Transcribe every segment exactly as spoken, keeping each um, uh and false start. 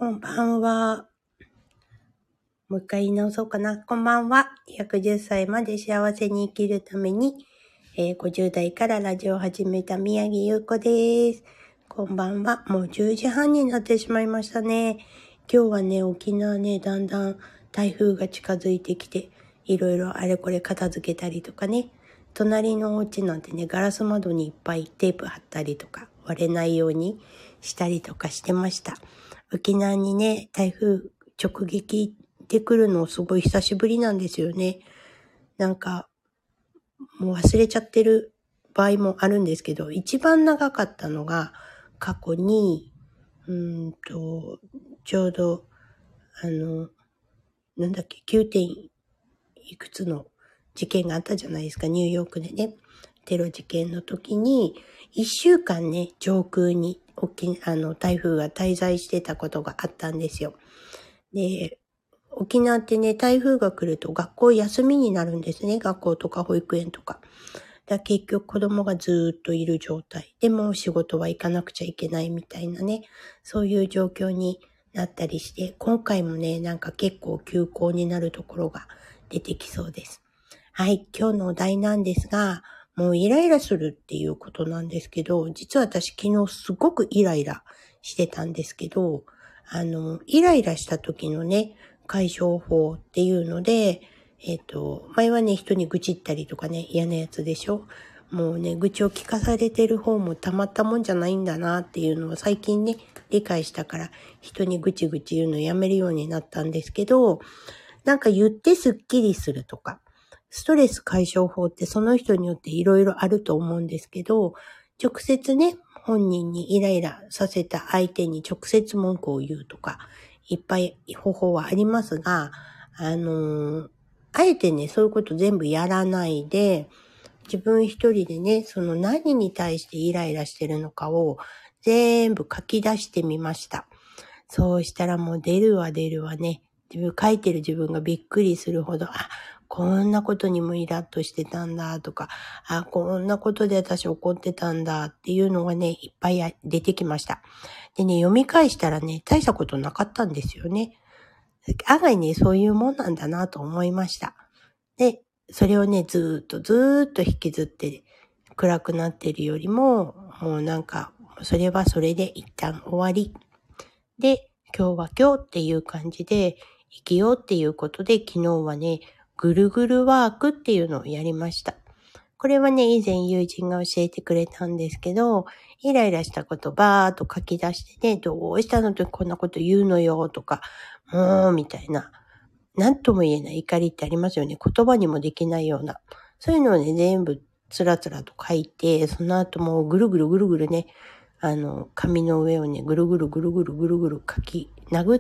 こんばんは。もう一回言い直そうかな。こんばんは。ひゃくじゅっさいまで幸せに生きるために、えー、ごじゅう代からラジオを始めた宮城優子です。こんばんは。もうじゅうじはんになってしまいましたね。今日はね、沖縄ね、だんだん台風が近づいてきて、いろいろあれこれ片付けたりとかね。隣のお家なんてね、ガラス窓にいっぱいテープ貼ったりとか、割れないようにしたりとかしてました。沖縄にね、台風直撃で来るのすごい久しぶりなんですよね。なんか、もう忘れちゃってる場合もあるんですけど、一番長かったのが過去に、うーんと、ちょうど、あの、なんだっけ、きゅうてんいくつの事件があったじゃないですか、ニューヨークでね。テロ事件の時に、一週間ね、上空に沖あの台風が滞在してたことがあったんですよ。で、沖縄ってね、台風が来ると学校休みになるんですね。学校とか保育園とか。だ結局子供がずーっといる状態。でも仕事は行かなくちゃいけないみたいなね、そういう状況になったりして、今回もね、なんか結構休校になるところが出てきそうです。はい、今日のお題なんですが、もうイライラするっていうことなんですけど、実は私昨日すごくイライラしてたんですけど、あの、イライラした時のね、解消法っていうので、えっと、前はね、人に愚痴ったりとかね、嫌なやつでしょ。もうね、愚痴を聞かされてる方もたまったもんじゃないんだなっていうのを最近ね、理解したから、人に愚痴愚痴言うのやめるようになったんですけど、なんか言ってスッキリするとか、ストレス解消法ってその人によっていろいろあると思うんですけど、直接ね、本人にイライラさせた相手に直接文句を言うとか、いっぱい方法はありますが、あのー、あえてね、そういうこと全部やらないで、自分一人でね、その何に対してイライラしてるのかを全部書き出してみました。そうしたらもう出るわ出るわね。自分書いてる自分がびっくりするほど、あ、こんなことにもイラッとしてたんだとか、あ、こんなことで私怒ってたんだっていうのがね、いっぱい出てきました。でね、読み返したらね、大したことなかったんですよね。案外ね、そういうもんなんだなと思いました。で、それをね、ずーっとずーっと引きずって暗くなってるよりも、もうなんか、それはそれで一旦終わり。で、今日は今日っていう感じで生きようっていうことで、昨日はね、ぐるぐるワークっていうのをやりました。これはね、以前友人が教えてくれたんですけど、イライラしたことバーっと書き出してね、どうしたのとこんなこと言うのよとか、もうみたいな、なんとも言えない怒りってありますよね。言葉にもできないような。そういうのをね、全部つらつらと書いて、その後もうぐるぐるぐるぐるね、あの、紙の上をね、ぐるぐるぐるぐるぐるぐる書き、殴って、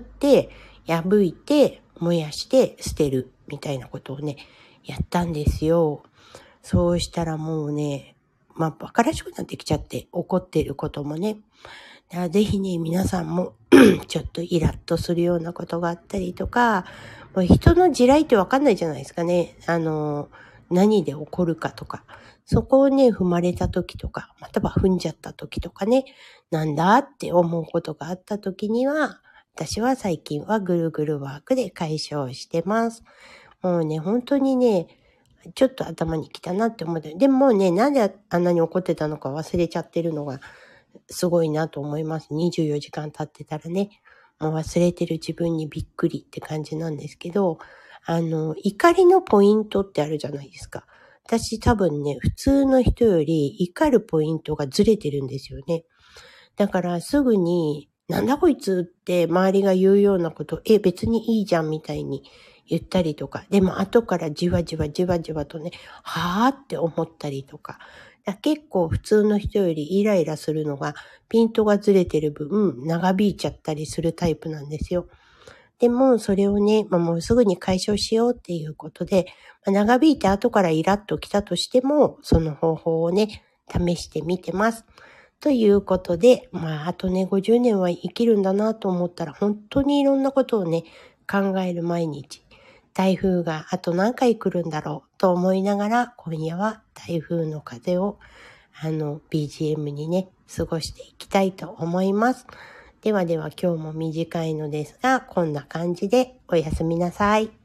破いて、燃やして捨てる、みたいなことをね、やったんですよ。そうしたらもうね、まあ、馬鹿らしくなってきちゃって、怒っていることもね。だからぜひね、皆さんも、ちょっとイラッとするようなことがあったりとか、もう人の地雷ってわかんないじゃないですかね。あの、何で起こるかとか。そこをね、踏まれた時とか、または踏んじゃった時とかね、なんだって思うことがあった時には、私は最近はぐるぐるワークで解消してます。もうね、本当にね、ちょっと頭に来たなって思って。でもね、なんであんなに怒ってたのか忘れちゃってるのがすごいなと思います。にじゅうよじかん経ってたらね、もう忘れてる自分にびっくりって感じなんですけど、あの、怒りのポイントってあるじゃないですか。私多分ね、普通の人より怒るポイントがずれてるんですよね。だからすぐに、なんだこいつって周りが言うようなこと、え、別にいいじゃんみたいに言ったりとか、でも後からじわじわじわじわとね、はーって思ったりとか、結構普通の人よりイライラするのがピントがずれてる分長引いちゃったりするタイプなんですよ。でもそれをね、まあ、もうすぐに解消しようっていうことで、まあ、長引いて後からイラッと来たとしてもその方法をね、試してみてます。ということで、まああとねごじゅうねんは生きるんだなと思ったら本当にいろんなことをね、考える毎日。台風があと何回来るんだろうと思いながら、今夜は台風の風をあの ビージーエム にね、過ごしていきたいと思います。 ではでは今日も短いのですが、こんな感じでおやすみなさい。